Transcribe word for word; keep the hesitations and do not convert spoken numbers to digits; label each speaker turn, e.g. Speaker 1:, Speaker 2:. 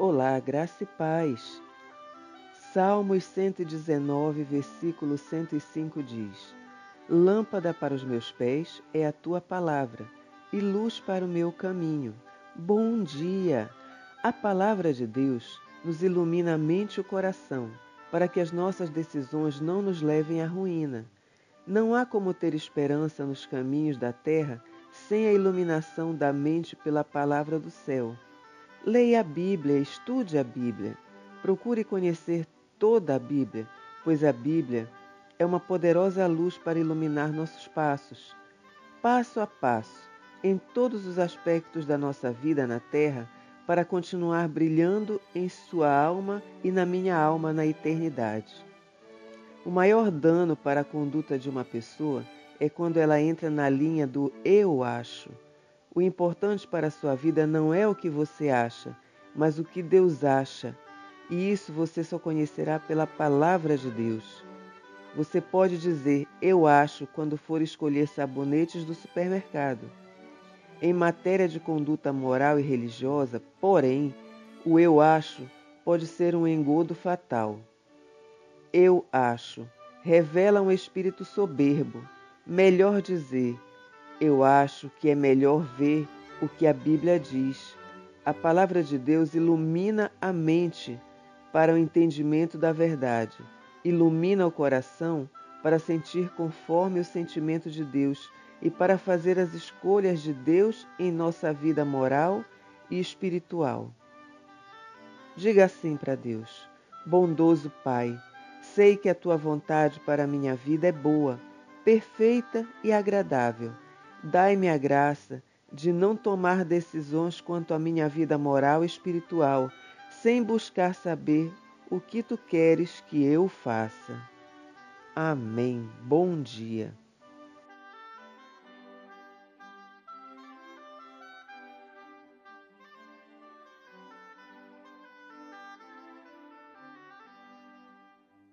Speaker 1: Olá, graça e paz. Salmos cento e dezenove, versículo cento e cinco diz: Lâmpada para os meus pés é a tua palavra, e luz para o meu caminho. Bom dia! A palavra de Deus nos ilumina a mente e o coração, para que as nossas decisões não nos levem à ruína. Não há como ter esperança nos caminhos da terra sem a iluminação da mente pela palavra do céu. Leia a Bíblia, estude a Bíblia. Procure conhecer toda a Bíblia, pois a Bíblia é uma poderosa luz para iluminar nossos passos. Passo a passo, em todos os aspectos da nossa vida na Terra, para continuar brilhando em sua alma e na minha alma na eternidade. O maior dano para a conduta de uma pessoa é quando ela entra na linha do eu acho. O importante para a sua vida não é o que você acha, mas o que Deus acha. E isso você só conhecerá pela palavra de Deus. Você pode dizer eu acho quando for escolher sabonetes do supermercado. Em matéria de conduta moral e religiosa, porém, o eu acho pode ser um engodo fatal. Eu acho revela um espírito soberbo. Melhor dizer, eu acho que é melhor ver o que a Bíblia diz. A palavra de Deus ilumina a mente para o entendimento da verdade, ilumina o coração para sentir conforme o sentimento de Deus e para fazer as escolhas de Deus em nossa vida moral e espiritual. Diga assim para Deus: bondoso Pai, sei que a tua vontade para a minha vida é boa, perfeita e agradável. Dai-me a graça de não tomar decisões quanto à minha vida moral e espiritual, sem buscar saber o que tu queres que eu faça. Amém. Bom dia.